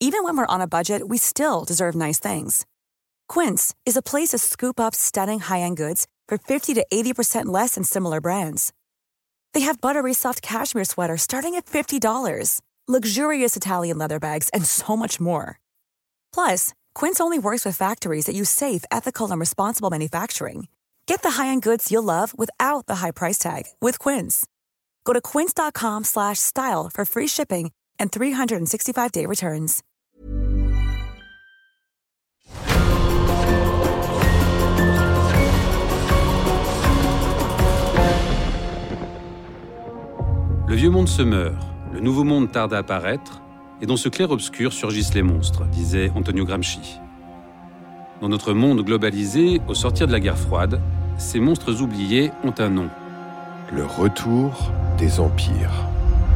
Even when we're on a budget, we still deserve nice things. Quince is a place to scoop up stunning high-end goods for 50 to 80% less than similar brands. They have buttery soft cashmere sweaters starting at $50, luxurious Italian leather bags, and so much more. Plus, Quince only works with factories that use safe, ethical, and responsible manufacturing. Get the high-end goods you'll love without the high price tag with Quince. Go to quince.com/style for free shipping and 365-day returns. Le vieux monde se meurt, le nouveau monde tarde à apparaître, et dans ce clair-obscur surgissent les monstres, disait Antonio Gramsci. Dans notre monde globalisé, au sortir de la guerre froide, ces monstres oubliés ont un nom. Le retour des empires.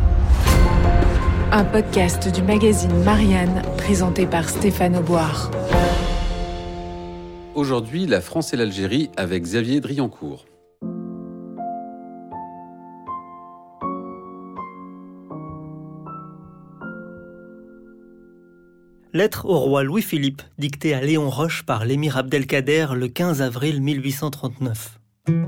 Un podcast du magazine Marianne, présenté par Stéphane Auboire. Aujourd'hui, la France et l'Algérie avec Xavier Driancourt. Lettre au roi Louis-Philippe, dictée à Léon Roche par l'émir Abdelkader le 15 avril 1839.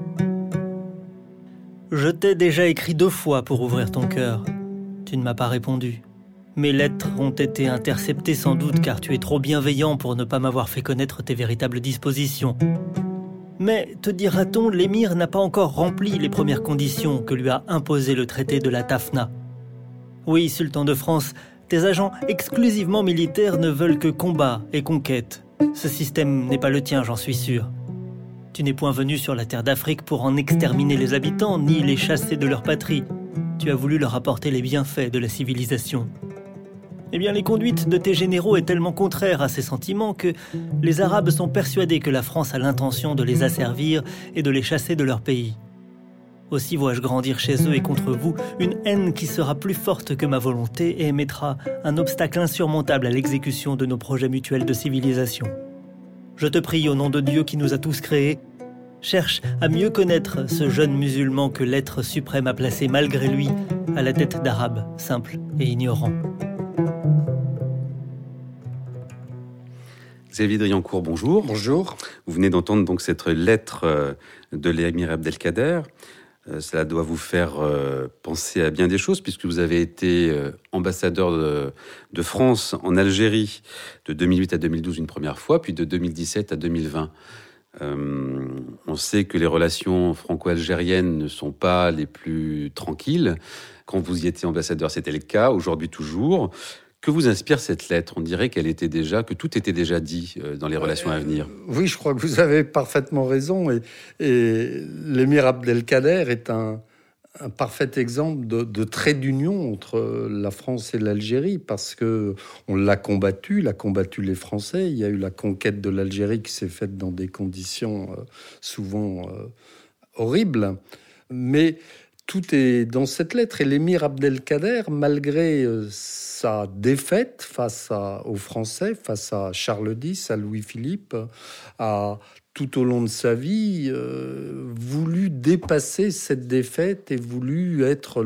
Je t'ai déjà écrit 2 fois pour ouvrir ton cœur. Tu ne m'as pas répondu. Mes lettres ont été interceptées sans doute car tu es trop bienveillant pour ne pas m'avoir fait connaître tes véritables dispositions. Mais, te dira-t-on, l'émir n'a pas encore rempli les premières conditions que lui a imposées le traité de la Tafna. Oui, sultan de France, tes agents exclusivement militaires ne veulent que combat et conquête. Ce système n'est pas le tien, j'en suis sûr. Tu n'es point venu sur la terre d'Afrique pour en exterminer les habitants, ni les chasser de leur patrie. Tu as voulu leur apporter les bienfaits de la civilisation. Eh bien, les conduites de tes généraux est tellement contraire à ces sentiments que les Arabes sont persuadés que la France a l'intention de les asservir et de les chasser de leur pays. Aussi vois-je grandir chez eux et contre vous une haine qui sera plus forte que ma volonté et mettra un obstacle insurmontable à l'exécution de nos projets mutuels de civilisation. Je te prie au nom de Dieu qui nous a tous créés, cherche à mieux connaître ce jeune musulman que l'être suprême a placé malgré lui à la tête d'Arabes simples et ignorants. Xavier Driancourt, bonjour. Bonjour. Vous venez d'entendre donc cette lettre de l'émir Abdelkader. Cela doit vous faire penser à bien des choses, puisque vous avez été ambassadeur de France en Algérie de 2008 à 2012 une première fois, puis de 2017 à 2020. On sait que les relations franco-algériennes ne sont pas les plus tranquilles. Quand vous y étiez ambassadeur, c'était le cas, aujourd'hui toujours. Que vous inspire cette lettre ? On dirait que tout était déjà dit dans les relations à venir. Oui, je crois que vous avez parfaitement raison. Et l'émir Abdelkader est un parfait exemple de trait d'union entre la France et l'Algérie, parce que on l'a combattu les Français. Il y a eu la conquête de l'Algérie qui s'est faite dans des conditions souvent horribles. Mais tout est dans cette lettre. Et l'émir Abdelkader, malgré sa défaite face aux Français, face à Charles X, à Louis-Philippe, a tout au long de sa vie voulu dépasser cette défaite et voulu être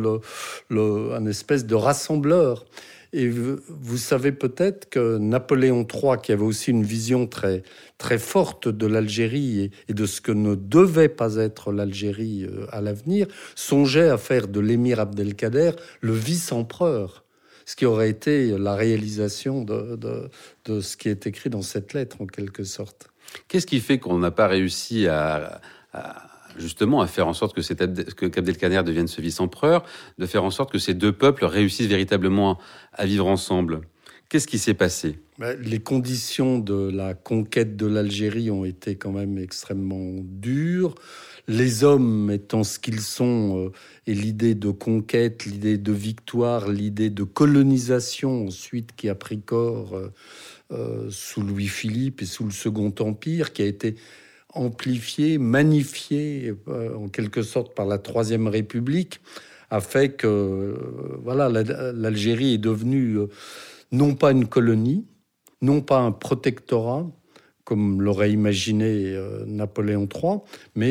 un espèce de rassembleur. Et vous savez peut-être que Napoléon III, qui avait aussi une vision très, très forte de l'Algérie et de ce que ne devait pas être l'Algérie à l'avenir, songeait à faire de l'émir Abdelkader le vice-empereur, ce qui aurait été la réalisation de ce qui est écrit dans cette lettre, en quelque sorte. Qu'est-ce qui fait qu'on n'a pas réussi à faire en sorte qu'Abdelkader devienne ce vice-empereur, de faire en sorte que ces deux peuples réussissent véritablement à vivre ensemble ? Qu'est-ce qui s'est passé ? Les conditions de la conquête de l'Algérie ont été quand même extrêmement dures. Les hommes étant ce qu'ils sont, et l'idée de conquête, l'idée de victoire, l'idée de colonisation ensuite qui a pris corps sous Louis-Philippe et sous le Second Empire, qui a été amplifié, magnifié en quelque sorte par la Troisième République, a fait que l'Algérie est devenue non pas une colonie, non pas un protectorat, comme l'aurait imaginé Napoléon III, mais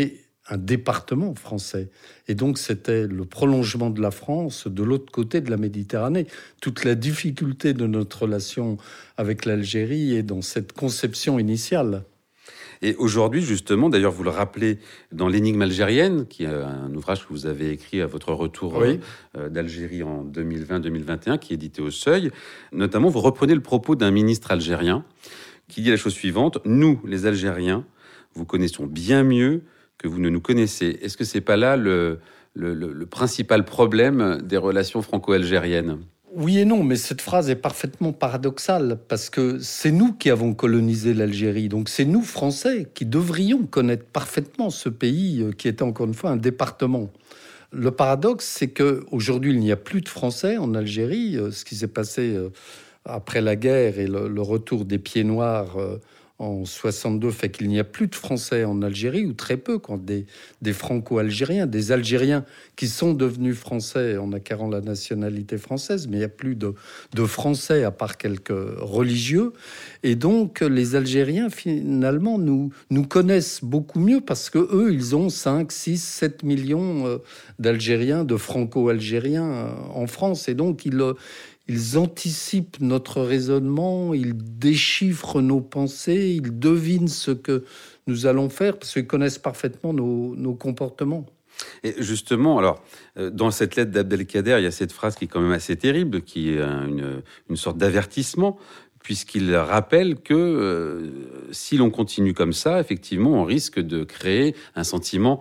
un département français. Et donc, c'était le prolongement de la France de l'autre côté de la Méditerranée. Toute la difficulté de notre relation avec l'Algérie est dans cette conception initiale. Et aujourd'hui, justement, d'ailleurs, vous le rappelez dans L'énigme algérienne, qui est un ouvrage que vous avez écrit à votre retour d'Algérie en 2020-2021, qui est édité au Seuil. Notamment, vous reprenez le propos d'un ministre algérien qui dit la chose suivante: « Nous, les Algériens, vous connaissons bien mieux que vous ne nous connaissez. » Est-ce que c'est pas là le principal problème des relations franco-algériennes ? Oui et non, mais cette phrase est parfaitement paradoxale, parce que c'est nous qui avons colonisé l'Algérie. Donc c'est nous, Français, qui devrions connaître parfaitement ce pays qui était encore une fois un département. Le paradoxe, c'est qu'aujourd'hui, il n'y a plus de Français en Algérie. Ce qui s'est passé après la guerre et le retour des Pieds Noirs en 62 fait qu'il n'y a plus de Français en Algérie, ou très peu, quand des Franco-Algériens, des Algériens qui sont devenus Français en acquérant la nationalité française, mais il n'y a plus de Français à part quelques religieux. Et donc, les Algériens, finalement, nous connaissent beaucoup mieux parce que eux, ils ont 5, 6, 7 millions d'Algériens, de Franco-Algériens en France. Et donc, ils anticipent notre raisonnement, ils déchiffrent nos pensées, ils devinent ce que nous allons faire parce qu'ils connaissent parfaitement nos comportements. Et justement, alors, dans cette lettre d'Abdelkader, il y a cette phrase qui est quand même assez terrible, qui est une sorte d'avertissement, puisqu'il rappelle que si l'on continue comme ça, effectivement, on risque de créer un sentiment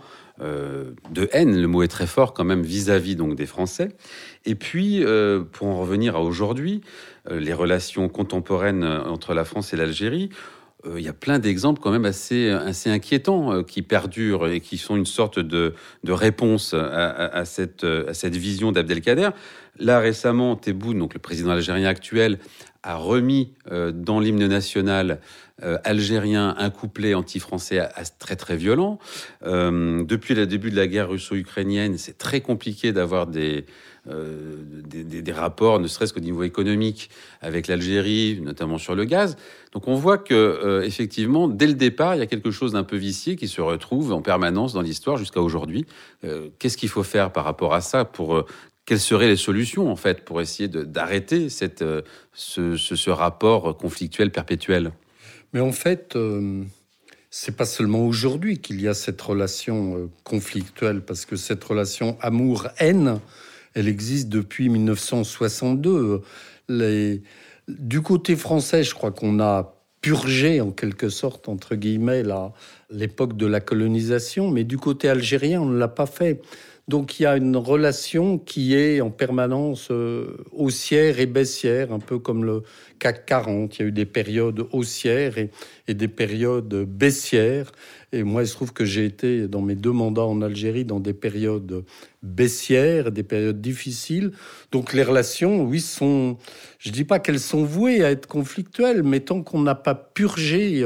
de haine. Le mot est très fort quand même vis-à-vis donc des Français. Et puis, pour en revenir à aujourd'hui, les relations contemporaines entre la France et l'Algérie, il y a plein d'exemples quand même assez inquiétants qui perdurent et qui sont une sorte de réponse à cette vision d'Abdelkader. Là, récemment, Tebboune, donc le président algérien actuel, a remis dans l'hymne national algérien un couplet anti-français très très violent. Depuis le début de la guerre russo-ukrainienne, c'est très compliqué d'avoir des rapports, ne serait-ce qu'au niveau économique, avec l'Algérie, notamment sur le gaz. Donc on voit que effectivement, dès le départ, il y a quelque chose d'un peu vicié qui se retrouve en permanence dans l'histoire jusqu'à aujourd'hui. Qu'est-ce qu'il faut faire par rapport à ça quelles seraient les solutions, en fait, pour essayer d'arrêter ce rapport conflictuel perpétuel ? Mais en fait, c'est pas seulement aujourd'hui qu'il y a cette relation conflictuelle, parce que cette relation amour-haine, elle existe depuis 1962. Du côté français, je crois qu'on a purgé, en quelque sorte, entre guillemets, l'époque de la colonisation, mais du côté algérien, on ne l'a pas fait. Donc il y a une relation qui est en permanence haussière et baissière, un peu comme le CAC 40. Il y a eu des périodes haussières et des périodes baissières. Et moi, il se trouve que j'ai été, dans mes 2 mandats en Algérie, dans des périodes baissières, des périodes difficiles. Donc les relations, oui, je ne dis pas qu'elles sont vouées à être conflictuelles, mais tant qu'on n'a pas purgé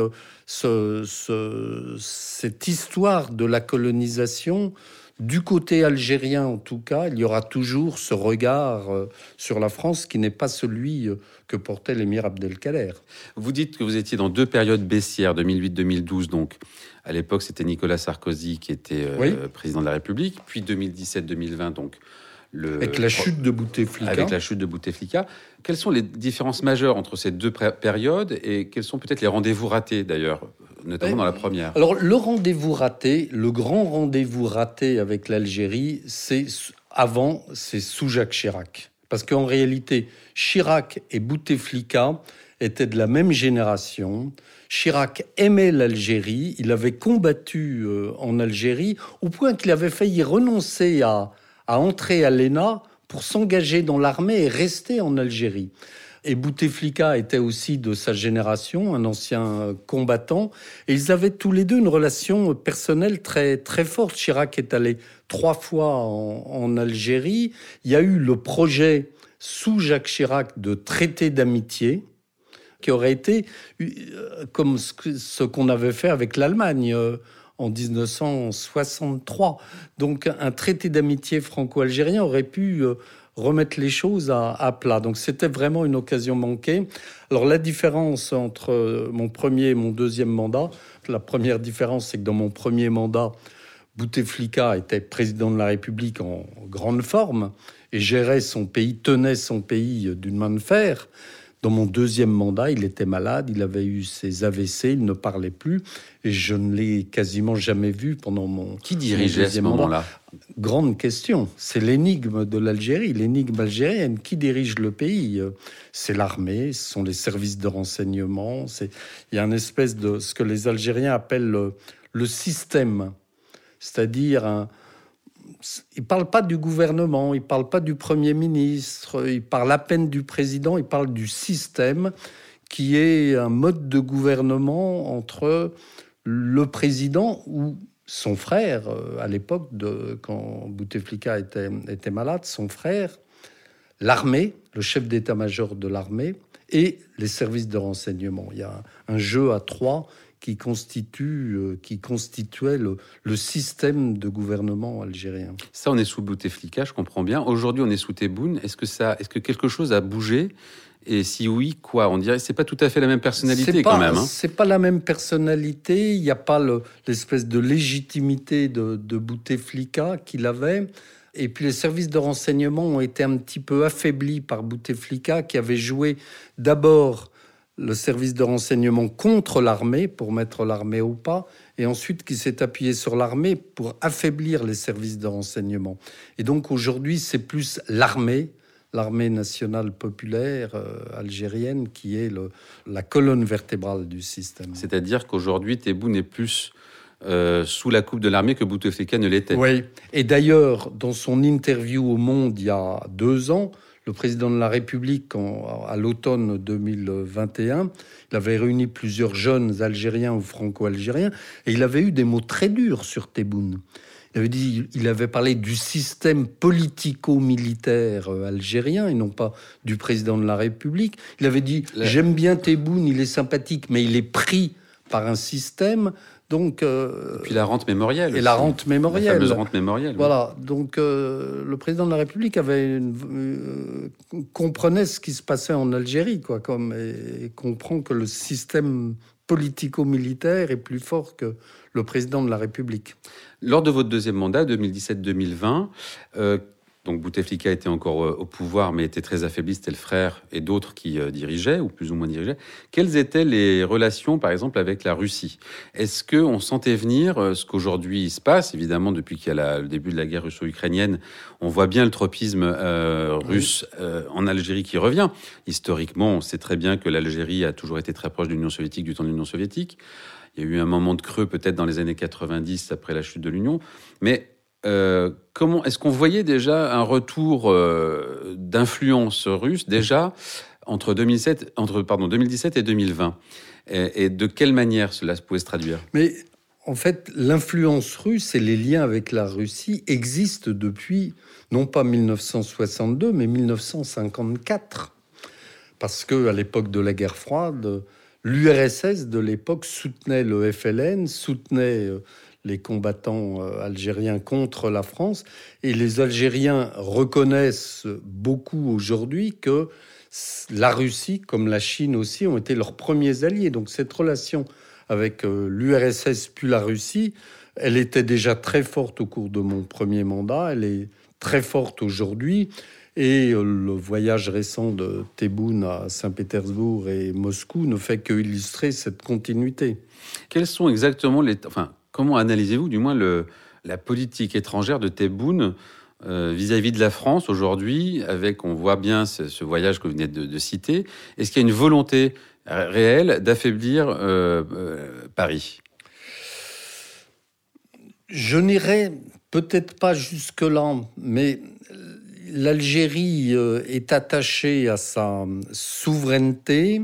cette histoire de la colonisation, du côté algérien, en tout cas, il y aura toujours ce regard sur la France qui n'est pas celui que portait l'émir Abdelkader. Vous dites que vous étiez dans 2 périodes baissières, 2008-2012, donc. À l'époque, c'était Nicolas Sarkozy qui était président de la République. Puis 2017-2020, donc. Avec la chute de Bouteflika. Avec la chute de Bouteflika. Quelles sont les différences majeures entre ces 2 périodes et quels sont peut-être les rendez-vous ratés, d'ailleurs, notamment dans la première ? Alors, le rendez-vous raté, le grand rendez-vous raté avec l'Algérie, c'est sous Jacques Chirac. Parce qu'en réalité, Chirac et Bouteflika étaient de la même génération. Chirac aimait l'Algérie. Il avait combattu en Algérie au point qu'il avait failli renoncer à entrer à l'ENA pour s'engager dans l'armée et rester en Algérie. Et Bouteflika était aussi de sa génération, un ancien combattant. Et ils avaient tous les deux une relation personnelle très, très forte. Chirac est allé 3 fois en Algérie. Il y a eu le projet sous Jacques Chirac de traité d'amitié qui aurait été comme ce qu'on avait fait avec l'Allemagne en 1963. Donc un traité d'amitié franco-algérien aurait pu remettre les choses à plat. Donc c'était vraiment une occasion manquée. Alors la différence entre mon premier et mon deuxième mandat, la première différence, c'est que dans mon premier mandat, Bouteflika était président de la République en grande forme et gérait son pays, tenait son pays d'une main de fer. Dans mon deuxième mandat, il était malade, il avait eu ses AVC, il ne parlait plus, et je ne l'ai quasiment jamais vu pendant mon Qui dirigeait à ce moment-là ? Grande question. C'est l'énigme de l'Algérie, l'énigme algérienne. Qui dirige le pays ? C'est l'armée, ce sont les services de renseignement. Il y a une espèce de ce que les Algériens appellent le système, c'est-à-dire il ne parle pas du gouvernement, il ne parle pas du Premier ministre, il parle à peine du président, il parle du système qui est un mode de gouvernement entre le président ou son frère, à l'époque, quand Bouteflika était malade, son frère, l'armée, le chef d'état-major de l'armée et les services de renseignement. Il y a un jeu à trois qui constituait le système de gouvernement algérien. Ça, on est sous Bouteflika, je comprends bien. Aujourd'hui, on est sous Tebboune. Est-ce que quelque chose a bougé ? Et si oui, quoi ? On dirait que c'est pas tout à fait la même personnalité quand même. C'est pas la même personnalité. Il n'y a pas l'espèce de légitimité de Bouteflika qu'il avait. Et puis les services de renseignement ont été un petit peu affaiblis par Bouteflika, qui avait joué d'abord le service de renseignement contre l'armée, pour mettre l'armée au pas, et ensuite qui s'est appuyé sur l'armée pour affaiblir les services de renseignement. Et donc aujourd'hui, c'est plus l'armée nationale populaire algérienne, qui est la colonne vertébrale du système. C'est-à-dire qu'aujourd'hui, Tebboune est plus sous la coupe de l'armée que Bouteflika ne l'était. Oui, et d'ailleurs, dans son interview au Monde il y a 2 ans, le président de la République, à l'automne 2021, il avait réuni plusieurs jeunes Algériens ou Franco-Algériens, et il avait eu des mots très durs sur Tebboune. Il avait parlé du système politico-militaire algérien et non pas du président de la République. Il avait dit « J'aime bien Tebboune, il est sympathique, mais il est pris par un système ». Donc, et puis la rente mémorielle. Et la rente mémorielle. La fameuse rente mémorielle. Voilà. Oui. Donc, le président de la République comprenait ce qui se passait en Algérie, quoi, et comprend que le système politico-militaire est plus fort que le président de la République. Lors de votre deuxième mandat, 2017-2020, donc Bouteflika était encore au pouvoir, mais était très affaibli. C'était le frère et d'autres qui dirigeaient, ou plus ou moins dirigeaient. Quelles étaient les relations, par exemple, avec la Russie ? Est-ce qu'on sentait venir ce qu'aujourd'hui il se passe ? Évidemment, depuis qu'il y a le début de la guerre russo-ukrainienne, on voit bien le tropisme russe en Algérie qui revient. Historiquement, on sait très bien que l'Algérie a toujours été très proche de l'Union soviétique, du temps de l'Union soviétique. Il y a eu un moment de creux, peut-être dans les années 90, après la chute de l'Union. Mais comment est-ce qu'on voyait déjà un retour d'influence russe déjà entre 2017 et 2020 et de quelle manière cela pouvait se traduire ? Mais en fait, l'influence russe et les liens avec la Russie existent depuis non pas 1962 mais 1954, parce que à l'époque de la guerre froide, l'URSS de l'époque soutenait le FLN, soutenait les combattants algériens contre la France. Et les Algériens reconnaissent beaucoup aujourd'hui que la Russie, comme la Chine aussi, ont été leurs premiers alliés. Donc cette relation avec l'URSS puis la Russie, elle était déjà très forte au cours de mon premier mandat. Elle est très forte aujourd'hui. Et le voyage récent de Tebboune à Saint-Pétersbourg et Moscou ne fait qu'illustrer cette continuité. Quels sont exactement comment analysez-vous, du moins, la politique étrangère de Tebboune vis-à-vis de la France aujourd'hui, on voit bien ce voyage que vous venez de citer. Est-ce qu'il y a une volonté réelle d'affaiblir Paris ? Je n'irai peut-être pas jusque-là, mais l'Algérie est attachée à sa souveraineté.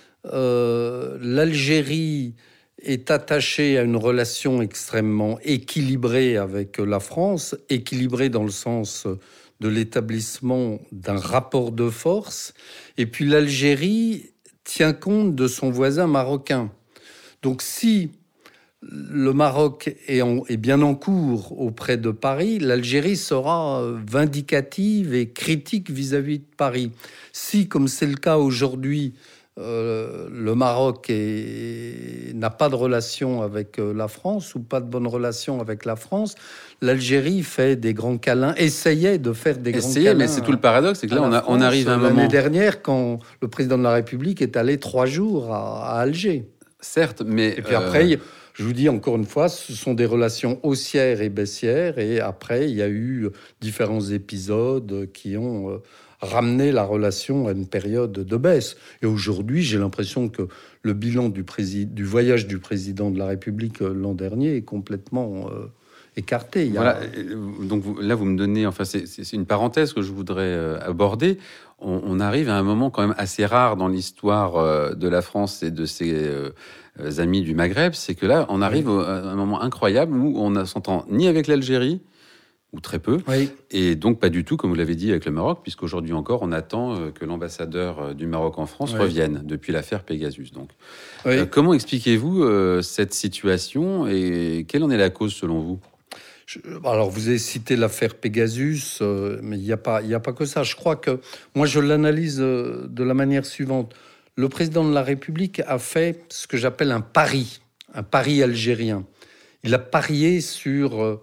L'Algérie est attachée à une relation extrêmement équilibrée avec la France, équilibrée dans le sens de l'établissement d'un rapport de force. Et puis l'Algérie tient compte de son voisin marocain. Donc si le Maroc est bien en cours auprès de Paris, l'Algérie sera vindicative et critique vis-à-vis de Paris. Si, comme c'est le cas aujourd'hui, le Maroc n'a pas de relation avec la France ou pas de bonne relation avec la France, l'Algérie fait des grands câlins, essayait de faire des grands câlins. Mais c'est tout le paradoxe, c'est que là, on arrive à un moment... L'année dernière, quand le président de la République est allé 3 jours à Alger. Certes, mais... Et puis après, je vous dis encore une fois, ce sont des relations haussières et baissières. Et après, il y a eu différents épisodes qui ont... ramener la relation à une période de baisse. Et aujourd'hui, j'ai l'impression que le bilan du voyage du président de la République l'an dernier est complètement écarté. Voilà. Donc là, vous me donnez... Enfin, c'est une parenthèse que je voudrais aborder. On arrive à un moment quand même assez rare dans l'histoire de la France et de ses amis du Maghreb. C'est que là, on arrive à un moment incroyable où on ne s'entend ni avec l'Algérie, ou très peu, et donc pas du tout, comme vous l'avez dit, avec le Maroc, puisqu'aujourd'hui encore, on attend que l'ambassadeur du Maroc en France revienne, depuis l'affaire Pegasus. Donc, comment expliquez-vous cette situation, et quelle en est la cause, selon vous ? Alors, vous avez cité l'affaire Pegasus, mais il n'y a pas que ça. Je crois que, moi, je l'analyse de la manière suivante. Le président de la République a fait ce que j'appelle un pari algérien. Il a parié sur...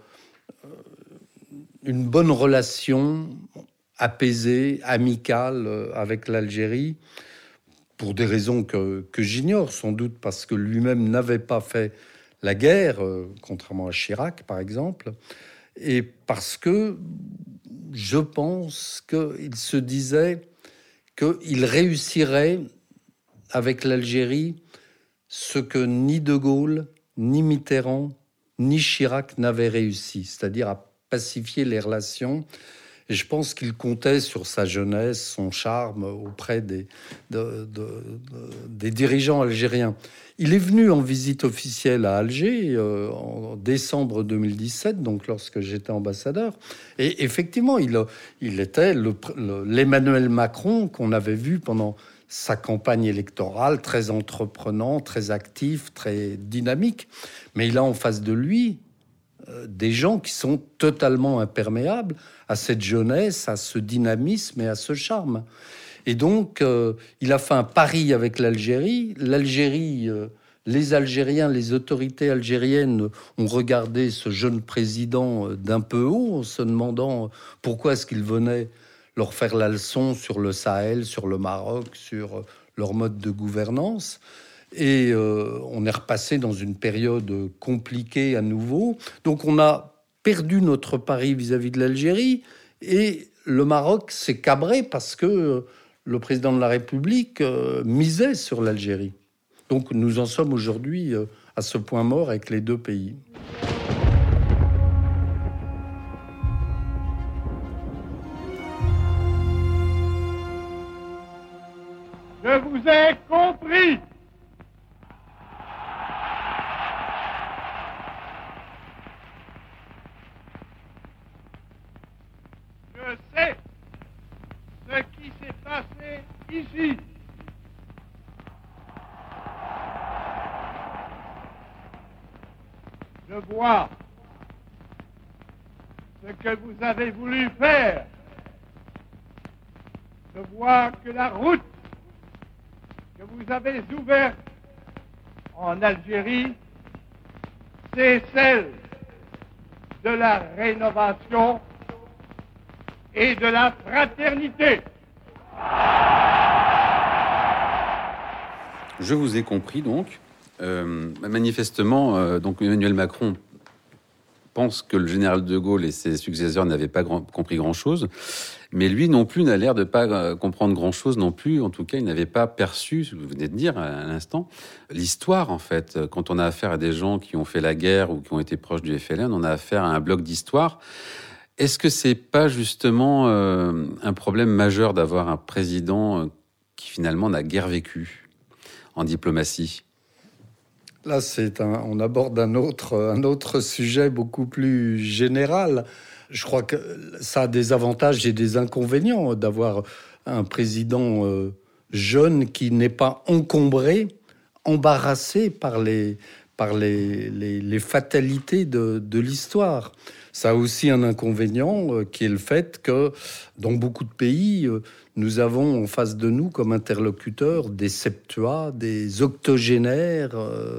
une bonne relation apaisée, amicale avec l'Algérie, pour des raisons que j'ignore, sans doute parce que lui-même n'avait pas fait la guerre, contrairement à Chirac, par exemple, et parce que je pense qu'il se disait qu'il réussirait avec l'Algérie ce que ni De Gaulle, ni Mitterrand, ni Chirac n'avaient réussi, c'est-à-dire à pacifier les relations. Et je pense qu'il comptait sur sa jeunesse, son charme auprès des dirigeants algériens. Il est venu en visite officielle à Alger en décembre 2017, donc lorsque j'étais ambassadeur. Et effectivement, il était l'Emmanuel Macron qu'on avait vu pendant sa campagne électorale, très entreprenant, très actif, très dynamique. Mais il a en face de lui des gens qui sont totalement imperméables à cette jeunesse, à ce dynamisme et à ce charme. Et donc, il a fait un pari avec l'Algérie. L'Algérie, les Algériens, les autorités algériennes ont regardé ce jeune président d'un peu haut, en se demandant pourquoi est-ce qu'il venait leur faire la leçon sur le Sahel, sur le Maroc, sur leur mode de gouvernance. Et on est repassé dans une période compliquée à nouveau. Donc on a perdu notre pari vis-à-vis de l'Algérie. Et le Maroc s'est cabré parce que le président de la République misait sur l'Algérie. Donc nous en sommes aujourd'hui à ce point mort avec les deux pays. Je vous ai compris. Je sais ce qui s'est passé ici. Je vois ce que vous avez voulu faire. Je vois que la route que vous avez ouverte en Algérie, c'est celle de la rénovation et de la fraternité. Je vous ai compris, donc. Manifestement, donc Emmanuel Macron pense que le général de Gaulle et ses successeurs n'avaient pas compris grand-chose, mais lui non plus n'a l'air de pas comprendre grand-chose non plus. En tout cas, il n'avait pas perçu, ce que vous venez de dire à l'instant, l'histoire, en fait. Quand on a affaire à des gens qui ont fait la guerre ou qui ont été proches du FLN, on a affaire à un bloc d'histoire. Est-ce que c'est pas justement un problème majeur d'avoir un président qui finalement n'a guère vécu en diplomatie ? Là, on aborde un autre sujet beaucoup plus général. Je crois que ça a des avantages et des inconvénients d'avoir un président jeune qui n'est pas encombré, embarrassé par les par les fatalités de l'histoire. Ça a aussi un inconvénient qui est le fait que dans beaucoup de pays, nous avons en face de nous comme interlocuteurs des septuas, des octogénaires,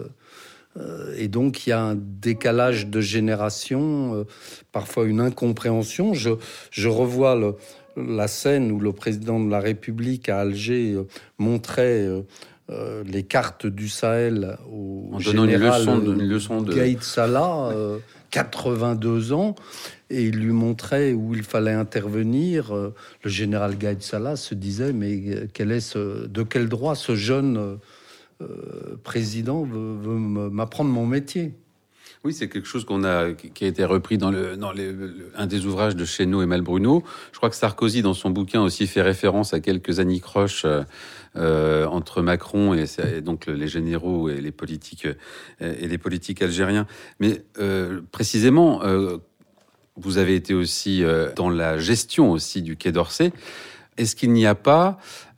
et donc il y a un décalage de génération, parfois une incompréhension. Je revois la scène où le président de la République à Alger montrait les cartes du Sahel au général une leçon de... Gaïd Salah, 82 ans, et il lui montrait où il fallait intervenir. Le général Gaïd Salah se disait, mais de quel droit ce jeune président veut m'apprendre mon métier? Oui, c'est quelque chose qui a été repris dans un des ouvrages de Chesneau et Malbruno. Je crois que Sarkozy, dans son bouquin, aussi fait référence à quelques anicroches entre Macron et donc les généraux et les politiques algériens. Mais précisément, vous avez été aussi dans la gestion aussi du Quai d'Orsay. Est-ce qu'il n'y a pas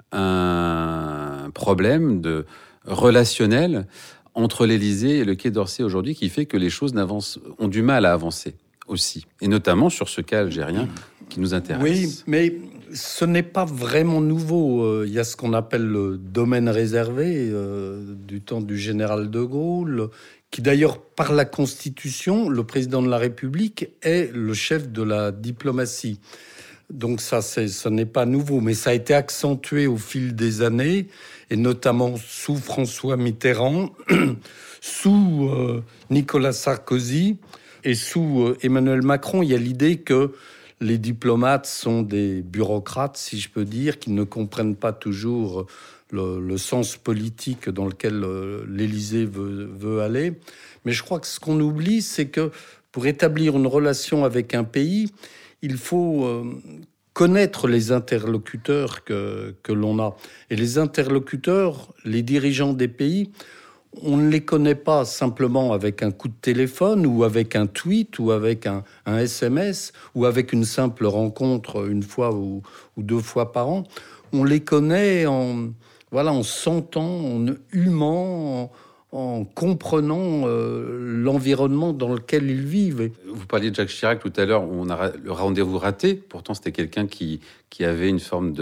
un problème relationnel entre l'Élysée et le Quai d'Orsay aujourd'hui qui fait que les choses ont du mal à avancer aussi, et notamment sur ce cas algérien qui nous intéresse. Oui, mais ce n'est pas vraiment nouveau. Il y a ce qu'on appelle le domaine réservé du temps du général de Gaulle, qui d'ailleurs, par la Constitution, le président de la République est le chef de la diplomatie. Donc ça, ce n'est pas nouveau, mais ça a été accentué au fil des années, et notamment sous François Mitterrand, sous Nicolas Sarkozy et sous Emmanuel Macron. Il y a l'idée que les diplomates sont des bureaucrates, si je peux dire, qui ne comprennent pas toujours le sens politique dans lequel l'Élysée veut aller. Mais je crois que ce qu'on oublie, c'est que pour établir une relation avec un pays, il faut connaître les interlocuteurs que l'on a. Et les interlocuteurs, les dirigeants des pays, on ne les connaît pas simplement avec un coup de téléphone ou avec un tweet ou avec un SMS ou avec une simple rencontre une fois ou 2 fois par an. On les connaît en sentant, en humant, en comprenant l'environnement dans lequel ils vivent. Vous parliez de Jacques Chirac tout à l'heure, on a le rendez-vous raté. Pourtant, c'était quelqu'un qui avait une forme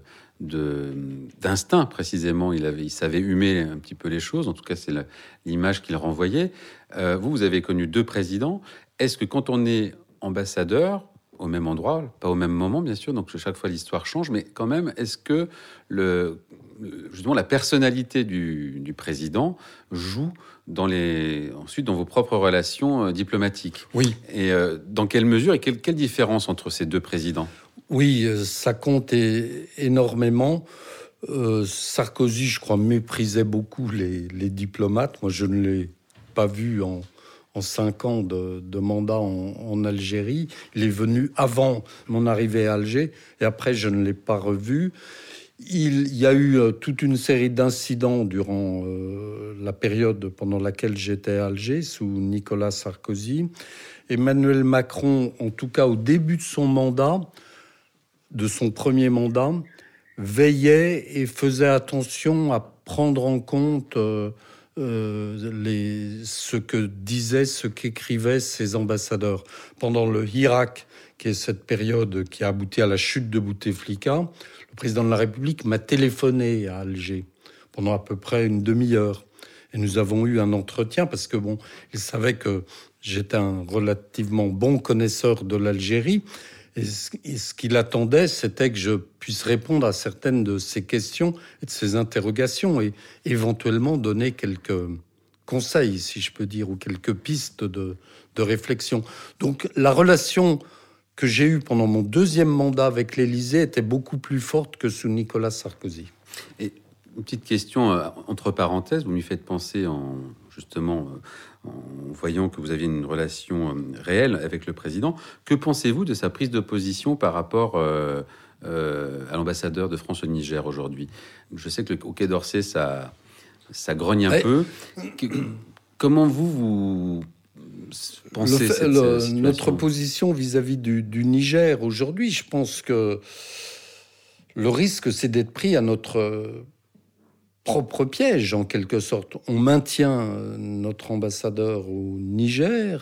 d'instinct, précisément. Il savait humer un petit peu les choses. En tout cas, c'est l'image qu'il renvoyait. Vous avez connu 2 présidents. Est-ce que quand on est ambassadeur, au même endroit, pas au même moment, bien sûr, donc chaque fois l'histoire change, mais quand même, est-ce que justement la personnalité du président joue ensuite dans vos propres relations diplomatiques? Oui. Et dans quelle mesure et quelle différence entre ces 2 présidents? Oui, ça compte énormément. Sarkozy, je crois, méprisait beaucoup les diplomates. Moi, je ne l'ai pas vu en 5 ans de mandat en Algérie. Il est venu avant mon arrivée à Alger et après, je ne l'ai pas revu. Il y a eu toute une série d'incidents durant la période pendant laquelle j'étais à Alger, sous Nicolas Sarkozy. Emmanuel Macron, en tout cas au début de son mandat, de son premier mandat, veillait et faisait attention à prendre en compte ce qu'écrivaient ses ambassadeurs. Pendant le Hirak, qui est cette période qui a abouti à la chute de Bouteflika, le président de la République m'a téléphoné à Alger pendant à peu près une demi-heure. Et nous avons eu un entretien parce que, il savait que j'étais un relativement bon connaisseur de l'Algérie. Et ce qu'il attendait, c'était que je puisse répondre à certaines de ses questions et de ses interrogations et éventuellement donner quelques conseils, si je peux dire, ou quelques pistes de réflexion. Donc la relation que j'ai eue pendant mon 2e mandat avec l'Élysée était beaucoup plus forte que sous Nicolas Sarkozy. Et une petite question entre parenthèses, vous m'y faites penser en voyant que vous aviez une relation réelle avec le président. Que pensez-vous de sa prise de position par rapport à l'ambassadeur de France au Niger aujourd'hui? Je sais que au Quai d'Orsay, ça grogne un peu. Comment vous pensez cette situation? Notre position vis-à-vis du Niger aujourd'hui, je pense que le risque, c'est d'être pris à notre propre piège, en quelque sorte. On maintient notre ambassadeur au Niger,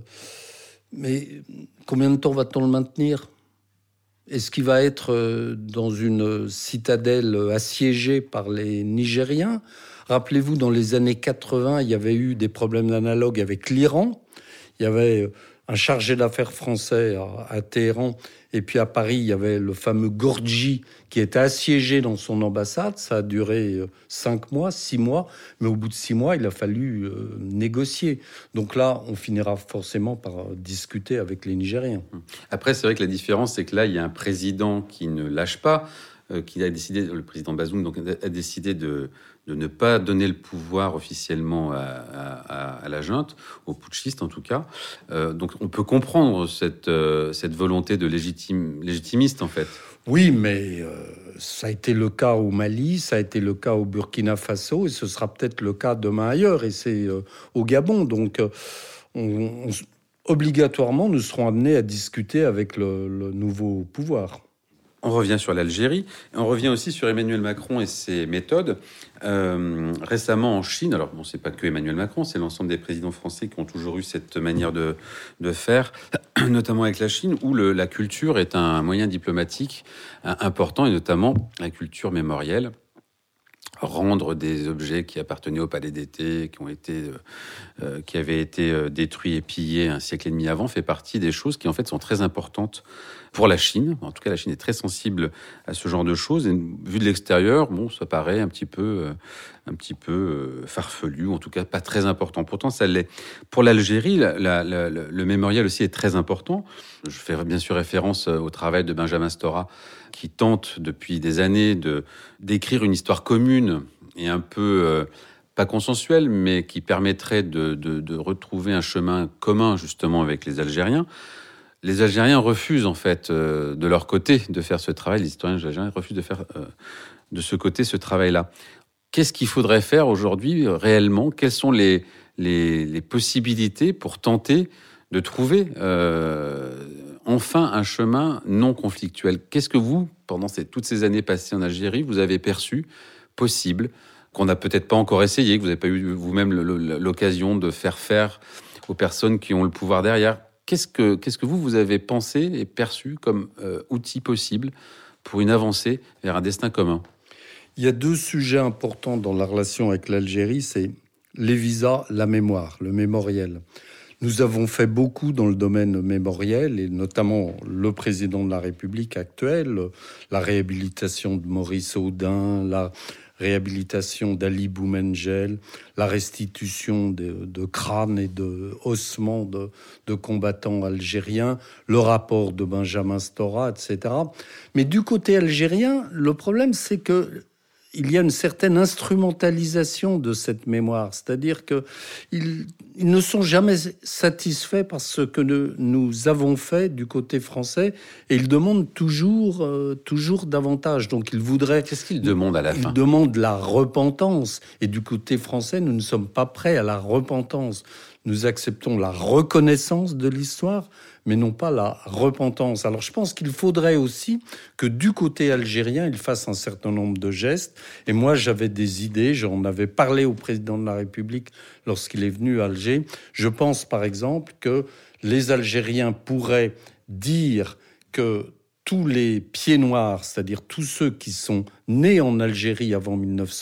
mais combien de temps va-t-on le maintenir ? Est-ce qu'il va être dans une citadelle assiégée par les Nigériens ? Rappelez-vous, dans les années 80, il y avait eu des problèmes analogues avec l'Iran. Il y avait un chargé d'affaires français à Téhéran. Et puis à Paris, il y avait le fameux Gorgi qui était assiégé dans son ambassade. Ça a duré 5 mois, 6 mois. Mais au bout de 6 mois, il a fallu négocier. Donc là, on finira forcément par discuter avec les Nigériens. Après, c'est vrai que la différence, c'est que là, il y a un président qui ne lâche pas, qui a décidé, le président Bazoum donc, a décidé de ne pas donner le pouvoir officiellement à la junte, aux putschistes en tout cas. Donc on peut comprendre cette volonté de légitimiste en fait. Oui, mais ça a été le cas au Mali, ça a été le cas au Burkina Faso, et ce sera peut-être le cas demain ailleurs, et c'est au Gabon. Donc obligatoirement, nous serons amenés à discuter avec le nouveau pouvoir. On revient sur l'Algérie, et on revient aussi sur Emmanuel Macron et ses méthodes. Récemment en Chine, alors bon, c'est pas que Emmanuel Macron, c'est l'ensemble des présidents français qui ont toujours eu cette manière de faire, notamment avec la Chine, où la culture est un moyen diplomatique important, et notamment la culture mémorielle. Rendre des objets qui appartenaient au palais d'été, qui avaient été détruits et pillés un siècle et demi avant, fait partie des choses qui en fait sont très importantes pour la Chine. En tout cas, la Chine est très sensible à ce genre de choses. Et vu de l'extérieur, bon, ça paraît un petit peu farfelu, ou en tout cas pas très important. Pourtant, ça l'est. Pour l'Algérie, le mémorial aussi est très important. Je fais bien sûr référence au travail de Benjamin Stora, qui tente depuis des années d'écrire une histoire commune et un peu pas consensuelle, mais qui permettrait de retrouver un chemin commun justement avec les Algériens. Les Algériens refusent en fait de leur côté de faire ce travail. Les historiens algériens refusent de faire de ce côté ce travail-là. Qu'est-ce qu'il faudrait faire aujourd'hui réellement ? Quelles sont les possibilités pour tenter de trouver enfin un chemin non conflictuel ? Qu'est-ce que vous, pendant toutes ces années passées en Algérie, vous avez perçu possible, qu'on n'a peut-être pas encore essayé, que vous n'avez pas eu vous-même l'occasion de faire aux personnes qui ont le pouvoir derrière ? Qu'est-ce que vous avez pensé et perçu comme outil possible pour une avancée vers un destin commun ? Il y a 2 sujets importants dans la relation avec l'Algérie, c'est les visas, la mémoire, le mémoriel. Nous avons fait beaucoup dans le domaine mémoriel, et notamment le président de la République actuel, la réhabilitation de Maurice Audin, la réhabilitation d'Ali Boumengel, la restitution de crânes et de ossements de combattants algériens, le rapport de Benjamin Stora, etc. Mais du côté algérien, le problème, c'est que il y a une certaine instrumentalisation de cette mémoire, c'est-à-dire qu'ils ne sont jamais satisfaits par ce que nous avons fait du côté français, et ils demandent toujours davantage. Donc ils voudraient... Qu'est-ce qu'ils demandent à la fin ? Ils demandent la repentance, et du côté français, nous ne sommes pas prêts à la repentance. Nous acceptons la reconnaissance de l'histoire, mais non pas la repentance. Alors je pense qu'il faudrait aussi que du côté algérien, il fasse un certain nombre de gestes. Et moi, j'avais des idées, j'en avais parlé au président de la République lorsqu'il est venu à Alger. Je pense par exemple que les Algériens pourraient dire que tous les pieds noirs, c'est-à-dire tous ceux qui sont nés en Algérie avant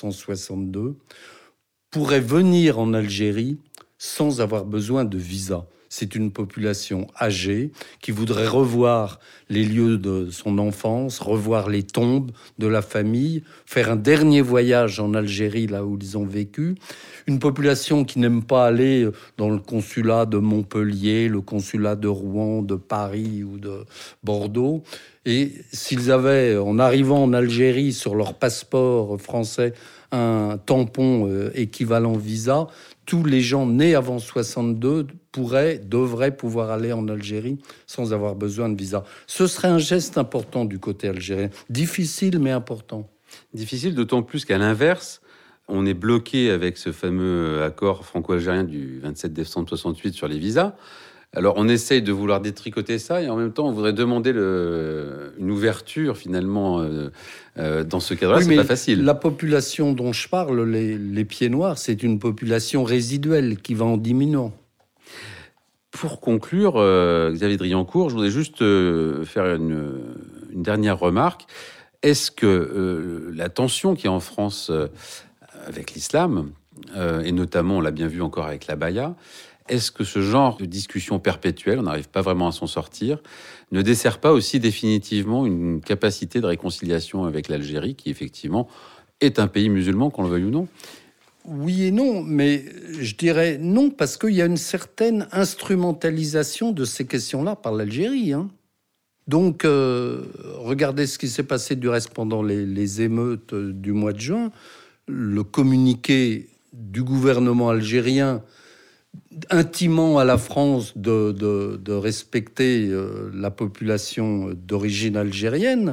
1962, pourraient venir en Algérie sans avoir besoin de visa. C'est une population âgée qui voudrait revoir les lieux de son enfance, revoir les tombes de la famille, faire un dernier voyage en Algérie, là où ils ont vécu. Une population qui n'aime pas aller dans le consulat de Montpellier, le consulat de Rouen, de Paris ou de Bordeaux. Et s'ils avaient, en arrivant en Algérie, sur leur passeport français, un tampon équivalent visa, tous les gens nés avant 62 devraient pouvoir aller en Algérie sans avoir besoin de visa. Ce serait un geste important du côté algérien. Difficile, mais important. Difficile, d'autant plus qu'à l'inverse, on est bloqué avec ce fameux accord franco-algérien du 27 décembre 68 sur les visas. Alors, on essaye de vouloir détricoter ça et en même temps, on voudrait demander une ouverture, finalement, dans ce cadre-là. C'est pas facile. La population dont je parle, les pieds noirs, c'est une population résiduelle qui va en diminuant. Pour conclure, Xavier Driancourt, je voudrais juste faire une dernière remarque. Est-ce que la tension qui est en France avec l'islam, et notamment, on l'a bien vu encore avec l'abaya, est-ce que ce genre de discussion perpétuelle, on n'arrive pas vraiment à s'en sortir, ne dessert pas aussi définitivement une capacité de réconciliation avec l'Algérie, qui effectivement est un pays musulman, qu'on le veuille ou non ? Oui et non, mais je dirais non, parce qu'il y a une certaine instrumentalisation de ces questions-là par l'Algérie. Donc, regardez ce qui s'est passé du reste pendant les émeutes du mois de juin. Le communiqué du gouvernement algérien intimant à la France de respecter la population d'origine algérienne.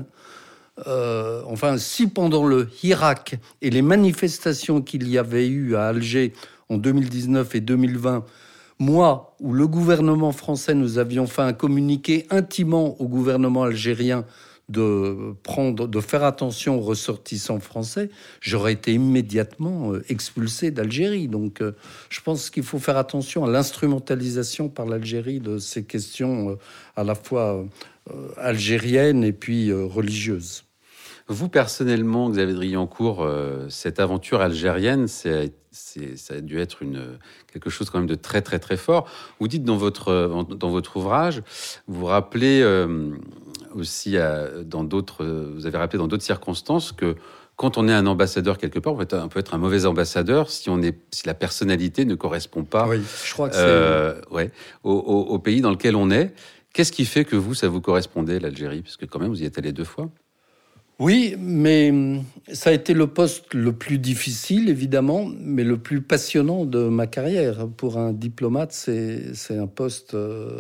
Si pendant le Hirak et les manifestations qu'il y avait eu à Alger en 2019 et 2020, moi, où le gouvernement français, nous avions fait un communiqué intimant au gouvernement algérien de faire attention aux ressortissants français, j'aurais été immédiatement expulsé d'Algérie. Donc, je pense qu'il faut faire attention à l'instrumentalisation par l'Algérie de ces questions à la fois algériennes et puis religieuses. Vous, personnellement, Xavier Driancourt, cette aventure algérienne, ça a dû être quelque chose quand même de très, très, très fort. Vous dites dans votre ouvrage, vous rappelez aussi vous avez rappelé dans d'autres circonstances que quand on est un ambassadeur quelque part, on peut être un mauvais ambassadeur si la personnalité ne correspond pas je crois que au pays dans lequel on est. Qu'est-ce qui fait que ça vous correspondait, l'Algérie ? Parce que quand même, vous y êtes allé 2 fois. Oui, mais ça a été le poste le plus difficile, évidemment, mais le plus passionnant de ma carrière. Pour un diplomate, c'est un poste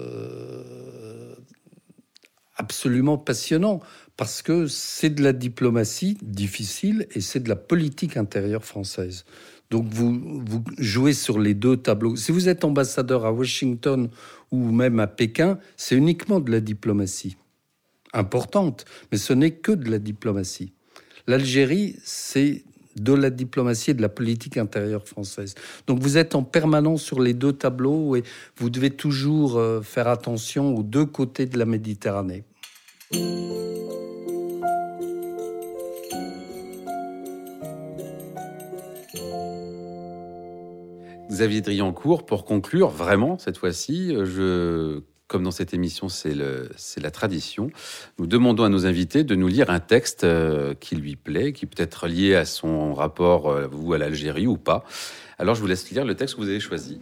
absolument passionnant, parce que c'est de la diplomatie difficile et c'est de la politique intérieure française. Donc vous jouez sur les 2 tableaux. Si vous êtes ambassadeur à Washington ou même à Pékin, c'est uniquement de la diplomatie. Importante, mais ce n'est que de la diplomatie. L'Algérie, c'est de la diplomatie et de la politique intérieure française. Donc vous êtes en permanence sur les 2 tableaux et vous devez toujours faire attention aux 2 côtés de la Méditerranée. Xavier Driancourt, pour conclure, vraiment, cette fois-ci, comme dans cette émission, c'est la tradition. Nous demandons à nos invités de nous lire un texte qui lui plaît, qui peut être lié à son rapport, vous, à l'Algérie ou pas. Alors, je vous laisse lire le texte que vous avez choisi.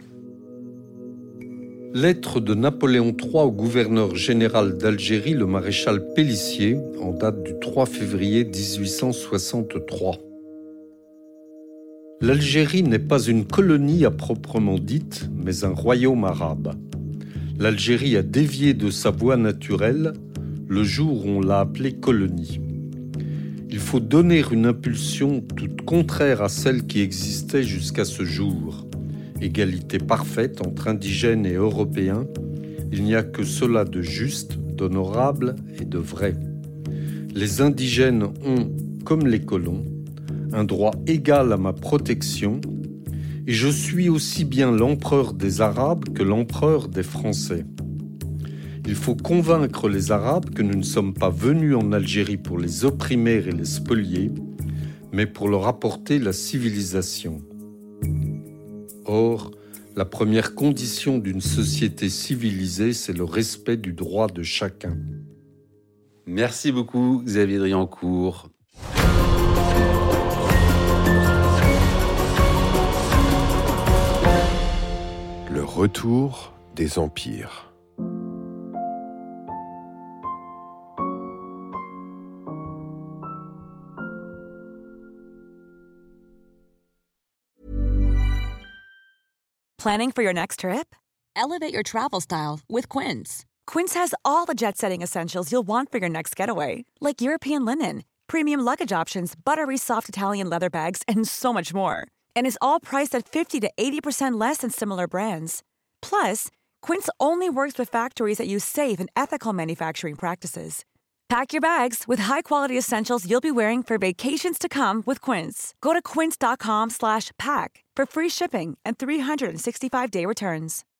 Lettre de Napoléon III au gouverneur général d'Algérie, le maréchal Pélissier, en date du 3 février 1863. L'Algérie n'est pas une colonie à proprement dite, mais un royaume arabe. L'Algérie a dévié de sa voie naturelle le jour où on l'a appelée colonie. Il faut donner une impulsion toute contraire à celle qui existait jusqu'à ce jour. Égalité parfaite entre indigènes et européens, il n'y a que cela de juste, d'honorable et de vrai. Les indigènes ont, comme les colons, un droit égal à ma protection, et je suis aussi bien l'empereur des Arabes que l'empereur des Français. Il faut convaincre les Arabes que nous ne sommes pas venus en Algérie pour les opprimer et les spolier, mais pour leur apporter la civilisation. Or, la première condition d'une société civilisée, c'est le respect du droit de chacun. Merci beaucoup, Xavier Driancourt. Le retour des empires. Planning for your next trip? Elevate your travel style with Quince. Quince has all the jet-setting essentials you'll want for your next getaway, like European linen, premium luggage options, buttery soft Italian leather bags, and so much more. And is all priced at 50 to 80% less than similar brands. Plus, Quince only works with factories that use safe and ethical manufacturing practices. Pack your bags with high-quality essentials you'll be wearing for vacations to come with Quince. Go to quince.com/pack for free shipping and 365-day returns.